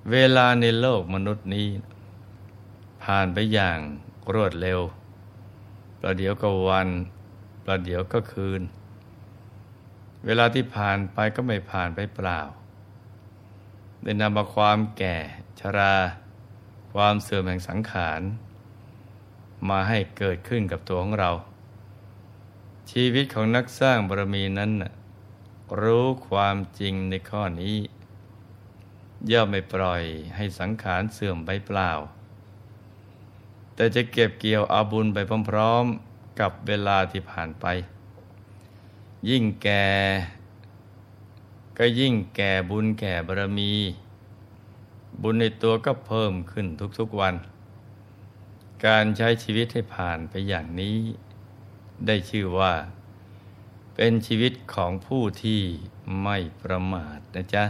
เวลาในโลกมนุษย์นี้ผ่านไปอย่างรวดเร็วประเดี๋ยวก็วันประเดี๋ยวก็คืนเวลาที่ผ่านไปก็ไม่ผ่านไปเปล่าได้นำมาความแก่ชราความเสื่อมแห่งสังขารมาให้เกิดขึ้นกับตัวของเราชีวิตของนักสร้างบารมีนั้นรู้ความจริงในข้อนี้ย่อมไม่ปล่อยให้สังขารเสื่อมไปเปล่าแต่จะเก็บเกี่ยวเอาบุญไปพร้อมๆกับเวลาที่ผ่านไปยิ่งแก่ก็ยิ่งแก่บุญแก่บารมีบุญในตัวก็เพิ่มขึ้นทุกๆวันการใช้ชีวิตให้ผ่านไปอย่างนี้ได้ชื่อว่าเป็นชีวิตของผู้ที่ไม่ประมาทนะจ๊ะ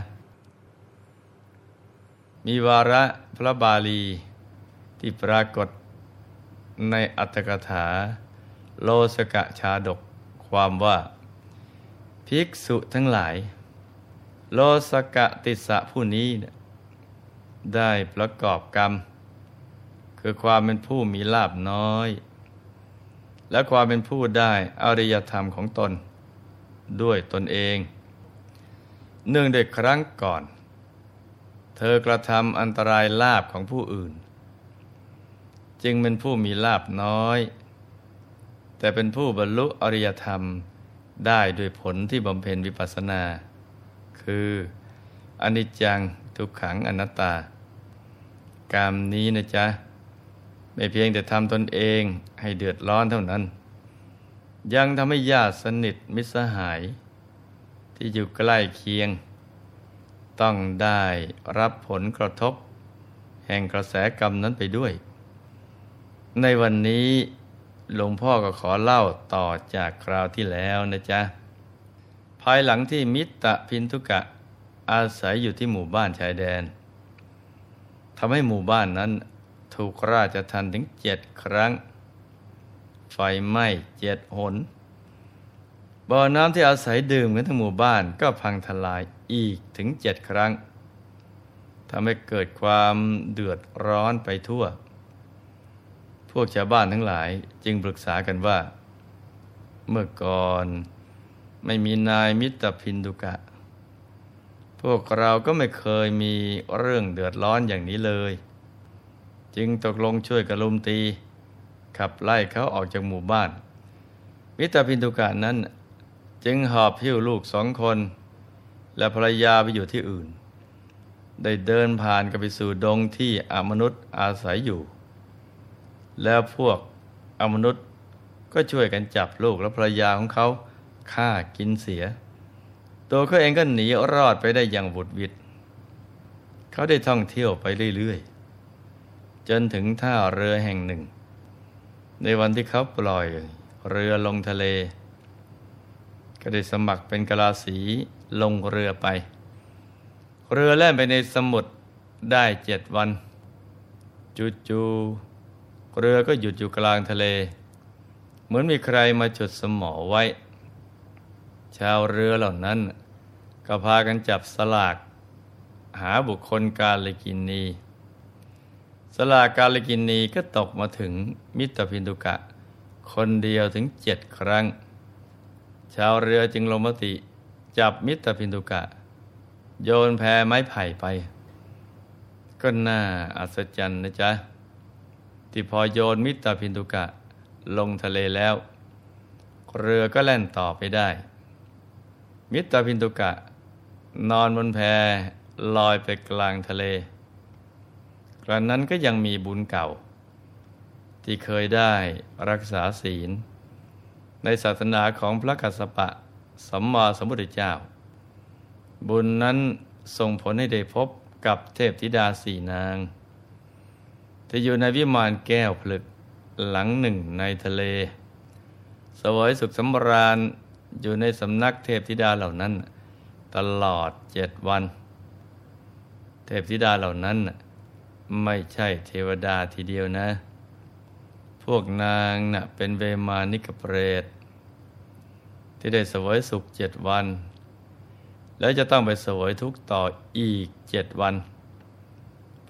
มีวาระพระบาลีที่ปรากฏในอัตถกถาโลสกชาดกความว่าภิกษุทั้งหลายโลสกติสสะผู้นี้ได้ประกอบกรรมคือความเป็นผู้มีลาภน้อยและความเป็นผู้ได้อริยธรรมของตนด้วยตนเองเนื่องด้วยครั้งก่อนเธอกระทำอันตรายลาภของผู้อื่นจึงเป็นผู้มีลาภน้อยแต่เป็นผู้บรรลุอริยธรรมได้ด้วยผลที่บำเพ็ญวิปัสสนาคืออนิจจังทุกขังอนัตตากรรมนี้นะจ๊ะไม่เพียงแต่ทำตนเองให้เดือดร้อนเท่านั้นยังทำให้ญาติสนิทมิตรสหายที่อยู่ใกล้เคียงต้องได้รับผลกระทบแห่งกระแสกรรมนั้นไปด้วยในวันนี้หลวงพ่อก็ขอเล่าต่อจากคราวที่แล้วนะจ๊ะภายหลังที่มิตรพินทุกะอาศัยอยู่ที่หมู่บ้านชายแดนทำให้หมู่บ้านนั้นถูกราชทัณฑ์ถึง7 ครั้งไฟไหม้7 หนบ่อน้ำที่อาศัยดื่มกันทั้งหมู่บ้านก็พังทลายอีกถึง7 ครั้งทำให้เกิดความเดือดร้อนไปทั่วพวกชาวบ้านทั้งหลายจึงปรึกษากันว่าเมื่อก่อนไม่มีนายมิตรพินทุกะพวกเราก็ไม่เคยมีเรื่องเดือดร้อนอย่างนี้เลยจึงตกลงช่วยกันลุมตีขับไล่เขาออกจากหมู่บ้านมิตรพินทุกะนั้นจึงหอบหิ้วลูก2 คนและภรรยาไปอยู่ที่อื่นได้เดินผ่านกันไปสู่ดงที่อมนุษย์อาศัยอยู่แล้วพวกอมนุษย์ก็ช่วยกันจับลูกและภรรยาของเขาฆ่ากินเสียตัวเขาเองก็หนีรอดไปได้อย่างบุดหวิดเขาได้ท่องเที่ยวไปเรื่อยๆจนถึงท่าเรือแห่งหนึ่งในวันที่เขาปล่อยเรือลงทะเลก็ได้สมัครเป็นกะลาสีลงเรือไปเรือแล่นไปในสมุทรได้7 วันจู่ๆเรือก็หยุดอยู่กลางทะเลเหมือนมีใครมาจุดสมอไว้ชาวเรือเหล่านั้นก็พากันจับสลากหาบุคคลกาลกิณีสลากกาลกิณีก็ตกมาถึงมิตรพินทุกะคนเดียวถึง7 ครั้งชาวเรือจึงลงมติจับมิตรพินทุกะโยนแพไม้ไผ่ไปก็น่าอัศจรรย์นะจ๊ะที่พอโยนมิตรพินทุกะลงทะเลแล้วเรือก็แล่นต่อไปได้มิตรพินทุกะนอนบนแพลอยไปกลางทะเลกระนั้นก็ยังมีบุญเก่าที่เคยได้รักษาศีลในศาสนาของพระกัสสปะสัมมาสัมพุทธเจ้าบุญนั้นส่งผลให้ได้พบกับเทพธิดา4 นางที่อยู่ในวิมานแก้วผลึกหลังหนึ่งในทะเลเสวยสุขสำราญอยู่ในสำนักเทพธิดาเหล่านั้นตลอด7 วันเทพธิดาเหล่านั้นไม่ใช่เทวดาทีเดียวนะพวกนางเป็นเวมานิกเปรตที่ได้เสวยสุข7 วันแล้วจะต้องไปเสวยทุกข์ต่ออีก7 วัน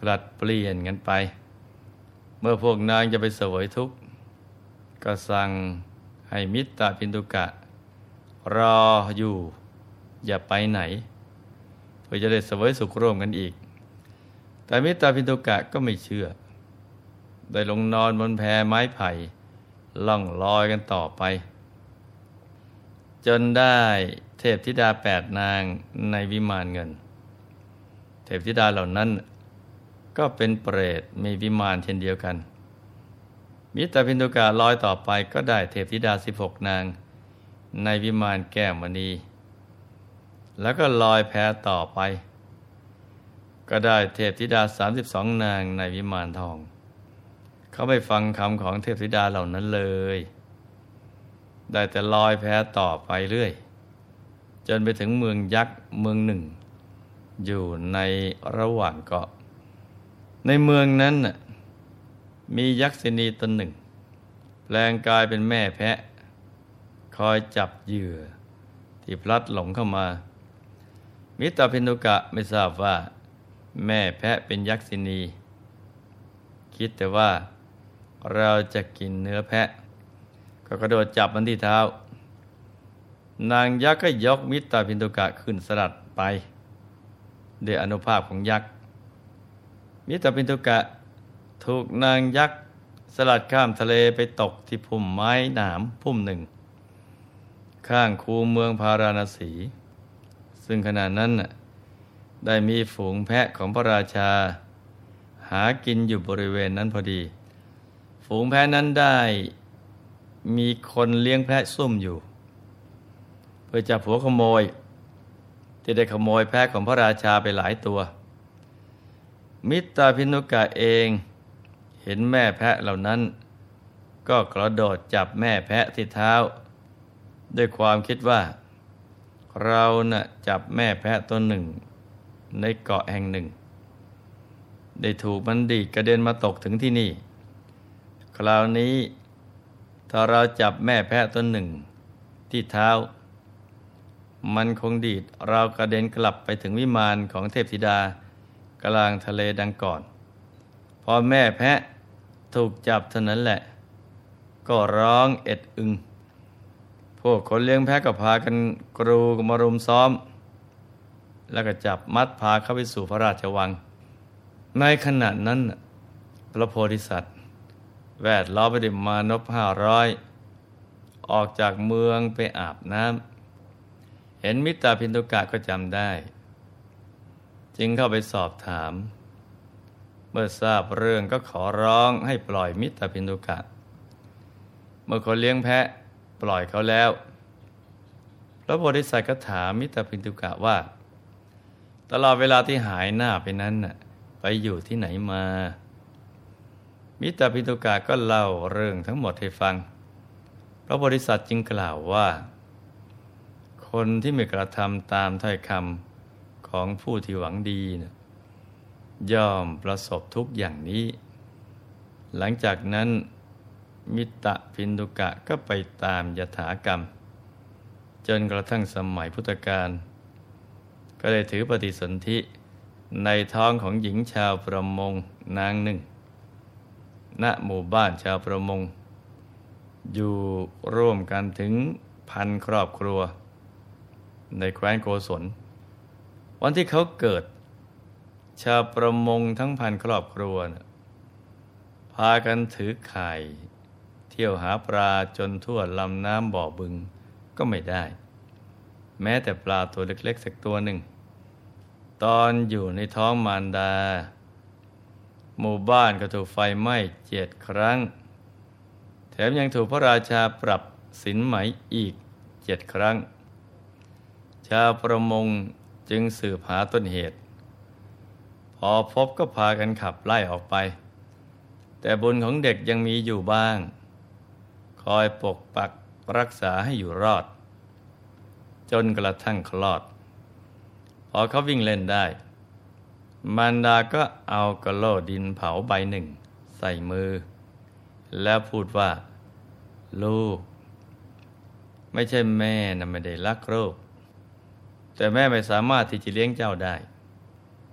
ลัดเปลี่ยนกันไปเมื่อพวกนางจะไปเสวยทุกข์ก็สั่งให้มิตรพินตุกะรออยู่อย่าไปไหนเพื่อจะได้เสวยสุขร่วมกันอีกแต่มิตรพินตุกะก็ไม่เชื่อได้ลงนอนบนแพไม้ไผ่ล่องลอยกันต่อไปจนได้เทพธิดา8 นางในวิมานเงินเทพธิดาเหล่านั้นก็เป็นเปรตมีวิมานเช่นเดียวกันมิตรพินตุกะลอยต่อไปก็ได้เทพธิดา16 นางในวิมานแก้วมณีแล้วก็ลอยแพต่อไปก็ได้เทพธิดา32 นางในวิมานทองเขาไม่ฟังคำของเทพธิดาเหล่านั้นเลยได้แต่ลอยแพต่อไปเรื่อยจนไปถึงเมืองยักษ์เมืองหนึ่งอยู่ในระหว่างเกาะในเมืองนั้นมียักษินีตนหนึ่งแปลงกายเป็นแม่แพะคอยจับเหยื่อที่พลัดหลงเข้ามามิตรพินตุกะไม่ทราบว่าแม่แพะเป็นยักษินีคิดแต่ว่าเราจะกินเนื้อแพะก็กระโดดจับมันที่เท้านางยักษ์ก็ยกมิตรพินตุกะขึ้นสลัดไปด้วยอานุภาพของยักษ์มิตรพินตุกะถูกนางยักษ์สลัดข้ามทะเลไปตกที่พุ่มไม้หนามพุ่มหนึ่งข้างคูเมืองพาราณสีซึ่งขณะนั้นได้มีฝูงแพะของพระราชาหากินอยู่บริเวณนั้นพอดีฝูงแพะนั้นได้มีคนเลี้ยงแพะซุ่มอยู่เพื่อจับหัวขโมยที่ได้ขโมยแพะของพระราชาไปหลายตัวมิตรพินตุกะเองเห็นแม่แพะเหล่านั้นก็กระโดดจับแม่แพะที่เท้าด้วยความคิดว่าเราจับแม่แพะตัวหนึ่งในเกาะแห่งหนึ่งได้ถูกมันดีดกระเด็นมาตกถึงที่นี่คราวนี้ถ้าเราจับแม่แพะตัวหนึ่งที่เท้ามันคงดีดเรากระเด็นกลับไปถึงวิมานของเทพธิดากลางทะเลดังก่อนพอแม่แพะถูกจับเท่านั้นแหละก็ร้องเอ็ดอึงพวกคนเลี้ยงแพะก็พากันกรูมารุมซ้อมแล้วก็จับมัดพาเข้าไปสู่พระราชวังในขณะนั้นพระโพธิสัตว์แวดล้อมไปด้วยมานพ500ออกจากเมืองไปอาบน้ำเห็นมิตรพินตุกะก็จำได้จึงเข้าไปสอบถามเมื่อทราบเรื่องก็ขอร้องให้ปล่อยมิตรพินตุกะเมื่อคนเลี้ยงแพะปล่อยเขาแล้วพระโพธิสัตว์ก็ถามมิตรพินตุกะว่าตลอดเวลาที่หายหน้าไปนั้นไปอยู่ที่ไหนมามิตรพินตุกะก็เล่าเรื่องทั้งหมดให้ฟังพระโพธิสัตว์จึงกล่าวว่าคนที่ไม่กระทำตามถ้อยคำของผู้ที่หวังดีย่อมประสบทุกข์อย่างนี้หลังจากนั้นมิตรพินตุกะก็ไปตามยถากรรมจนกระทั่งสมัยพุทธกาลก็ได้ถือปฏิสนธิในท้องของหญิงชาวประมงนางหนึ่งณหมู่บ้านชาวประมงอยู่ร่วมกันถึง1,000 ครอบครัวในแคว้นโกศลวันที่เขาเกิดชาวประมงทั้ง1,000 ครอบครัวพากันถือข่ายเที่ยวหาปลาจนทั่วลำน้ำบ่อบึงก็ไม่ได้แม้แต่ปลาตัวเล็กๆสักตัวหนึ่งตอนอยู่ในท้องมารดาหมู่บ้านก็ถูกไฟไหม้7 ครั้งแถมยังถูกพระราชาปรับสินไหมอีก7 ครั้งชาวประมงจึงสืบหาต้นเหตุพอพบก็พากันขับไล่ออกไปแต่บุญของเด็กยังมีอยู่บ้างคอยปกปักรักษาให้อยู่รอดจนกระทั่งคลอดพอเขาวิ่งเล่นได้มารดาก็เอากระโหลกดินเผาใบหนึ่งใส่มือแล้วพูดว่าลูกไม่ใช่แม่ไม่ได้รักลูกแต่แม่ไม่สามารถที่จะเลี้ยงเจ้าได้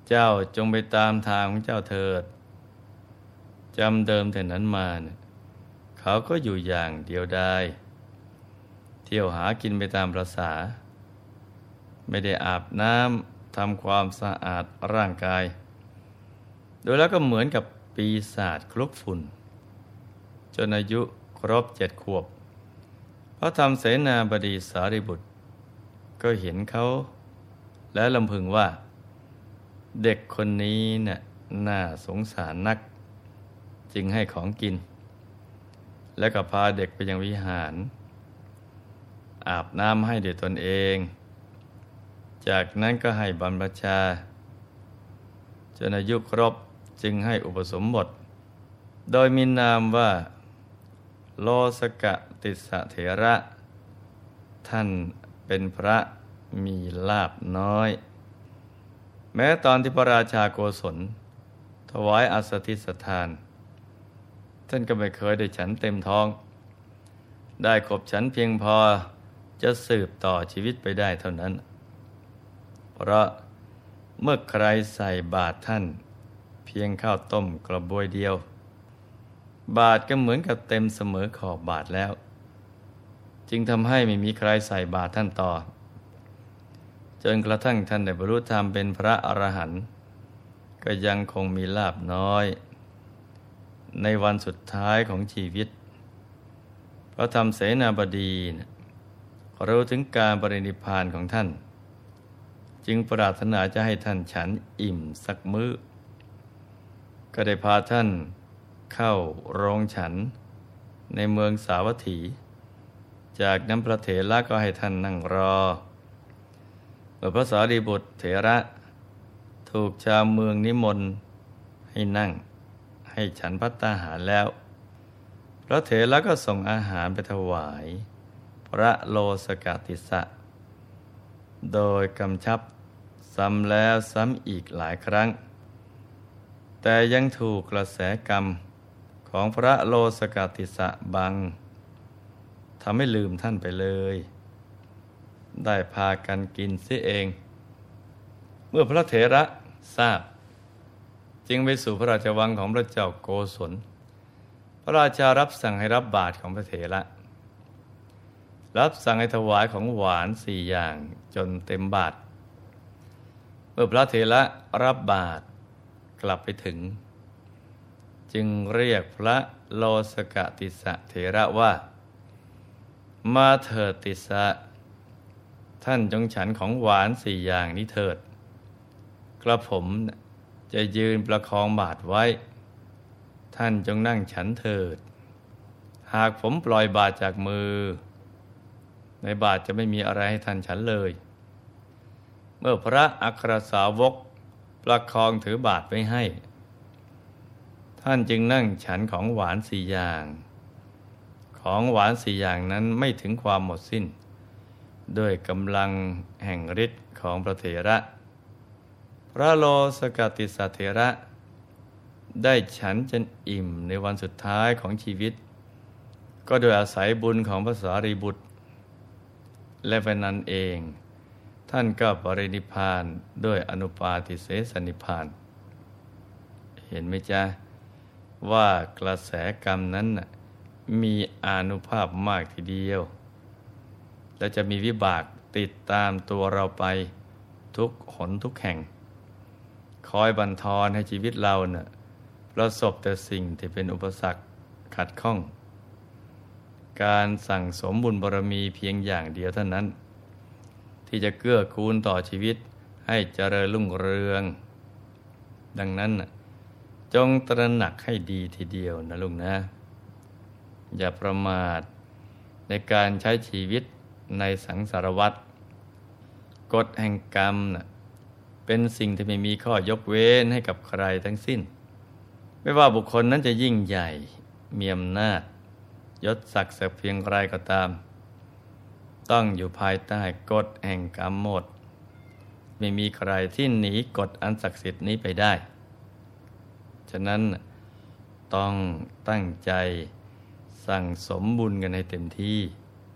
เจ้าจงไปตามทางของเจ้าเถิดจำเดิมแต่นั้นมาเนี่ยเขาก็อยู่อย่างเดียวดายเที่ยวหากินไปตามประสาไม่ได้อาบน้ำทำความสะอาดร่างกายโดยแล้วก็เหมือนกับปีศาจคลุกฝุ่นจนอายุครบ7 ขวบพระธรรมเสนาบดีสารีบุตรก็เห็นเขาและลำพึงว่าเด็กคนนี้น่ะน่าสงสารนักจึงให้ของกินแล้วก็พาเด็กไปยังวิหารอาบน้ำให้ด้วยตนเองจากนั้นก็ให้บรรพชาจนอายุครบจึงให้อุปสมบทโดยมีนามว่าโลสกติสเถระท่านเป็นพระมีลาภน้อยแม้ตอนที่พระราชาโกศลถวายอัสสทิสทานท่านก็ไม่เคยได้ฉันเต็มท้องได้ขบฉันเพียงพอจะสืบต่อชีวิตไปได้เท่านั้นเพราะเมื่อใครใส่บาตรท่านเพียงข้าวต้มกระบวยเดียวบาตรก็เหมือนกับเต็มเสมอขอบบาตรแล้วจึงทำให้ไม่มีใครใส่บาตรท่านต่อจนกระทั่งท่านได้บรรลุธรรมเป็นพระอรหันต์ก็ยังคงมีลาภน้อยในวันสุดท้ายของชีวิตพระธรรมเสนาบดีรู้ถึงการปรินิพพานของท่านจึงปรารถนาจะให้ท่านฉันอิ่มสักมื้อก็ได้พาท่านเข้าโรงฉันในเมืองสาวัตถีจากนั้นพระเถระก็ให้ท่านนั่งรอเมื่อพระสารีบุตรเถระถูกชาวเมืองนิมนต์ให้นั่งให้ฉันภัตตาหารแล้วพระเถระก็ส่งอาหารไปถวายพระโลสกติสะโดยกำชับซ้ำแล้วซ้ำอีกหลายครั้งแต่ยังถูกกระแสกรรมของพระโลสกติสะบังทำให้ลืมท่านไปเลยได้พากันกินเสียเองเมื่อพระเถระทราบจึงไปสู่พระราชวังของพระเจ้าโกศลพระราชารับสั่งให้รับบาตรของพระเถระรับสั่งให้ถวายของหวาน4 อย่างจนเต็มบาตรเมื่อพระเถระรับบาตรกลับไปถึงจึงเรียกพระโลสกติสะเถระว่ามาเถิดติสะท่านจงฉันของหวาน4 อย่างนี้เถิดกระผมจะยืนประคองบาตรไว้ท่านจงนั่งฉันเถิดหากผมปล่อยบาตรจากมือในบาตรจะไม่มีอะไรให้ท่านฉันเลยเมื่อพระอัครสาวกประคองถือบาตรไว้ให้ท่านจึงนั่งฉันของหวาน4 อย่างของหวาน4 อย่างนั้นไม่ถึงความหมดสิ้นด้วยกำลังแห่งฤทธิ์ของพระเถระพระโลสกติสเถระได้ฉันจนอิ่มในวันสุดท้ายของชีวิตก็โดยอาศัยบุญของพระสารีบุตรและวันนั้นเองท่านก็ปรินิพพานด้วยอนุปาทิเสสนิพพานเห็นไหมจ๊ะว่ากระแสกรรมนั้นมีอานุภาพมากทีเดียวและจะมีวิบากติดตามตัวเราไปทุกหนทุกแห่งคอยบั่นทอนให้ชีวิตเราประสบแต่สิ่งที่เป็นอุปสรรคขัดข้องการสั่งสมบุญบารมีเพียงอย่างเดียวเท่านั้นที่จะเกื้อกูลต่อชีวิตให้เจริญรุ่งเรืองดังนั้นจงตระหนักให้ดีทีเดียวนะลุงนะอย่าประมาทในการใช้ชีวิตในสังสารวัฏกฎแห่งกรรมเป็นสิ่งที่ไม่มีข้อยกเว้นให้กับใครทั้งสิ้นไม่ว่าบุคคลนั้นจะยิ่งใหญ่มีอำนาจยศศักดิ์เพียงไรก็ตามต้องอยู่ภายใต้กฎแห่งกรรมหมดไม่มีใครที่หนีกฎอันศักดิ์สิทธิ์นี้ไปได้ฉะนั้นต้องตั้งใจสั่งสมบุญกันให้เต็มที่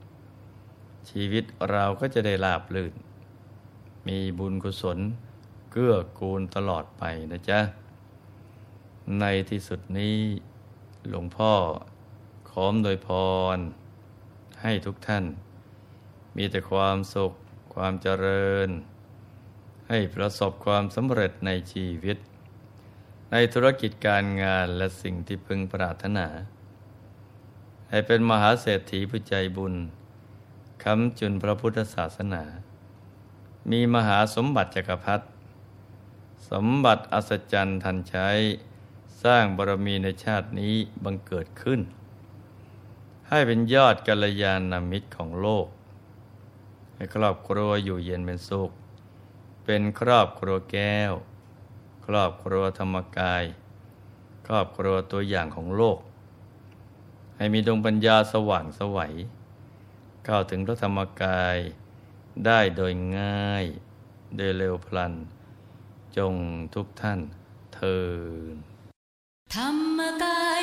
ชีวิตเราก็จะได้ราบรื่นมีบุญกุศลเกื้อกูลตลอดไปนะจ๊ะในที่สุดนี้หลวงพ่อขออวยพรให้ทุกท่านมีแต่ความสุขความเจริญให้ประสบความสำเร็จในชีวิตในธุรกิจการงานและสิ่งที่พึงปรารถนาให้เป็นมหาเศรษฐีผู้ใจบุญค้ำจุนพระพุทธศาสนามีมหาสมบัติจักรพรรดิสมบัติอัศจรรย์ทันใช้สร้างบารมีในชาตินี้บังเกิดขึ้นให้เป็นยอดกัลยาณมิตรของโลกให้ครอบครัวอยู่เย็นเป็นสุขเป็นครอบครัวแก้วครอบครัวธรรมกายครอบครัวตัวอย่างของโลกให้มีดวงปัญญาสว่างไสวเข้าถึงพระธรรมกายได้โดยง่ายโดยเร็วพลันจงทุกท่านเทอญธรรมกาย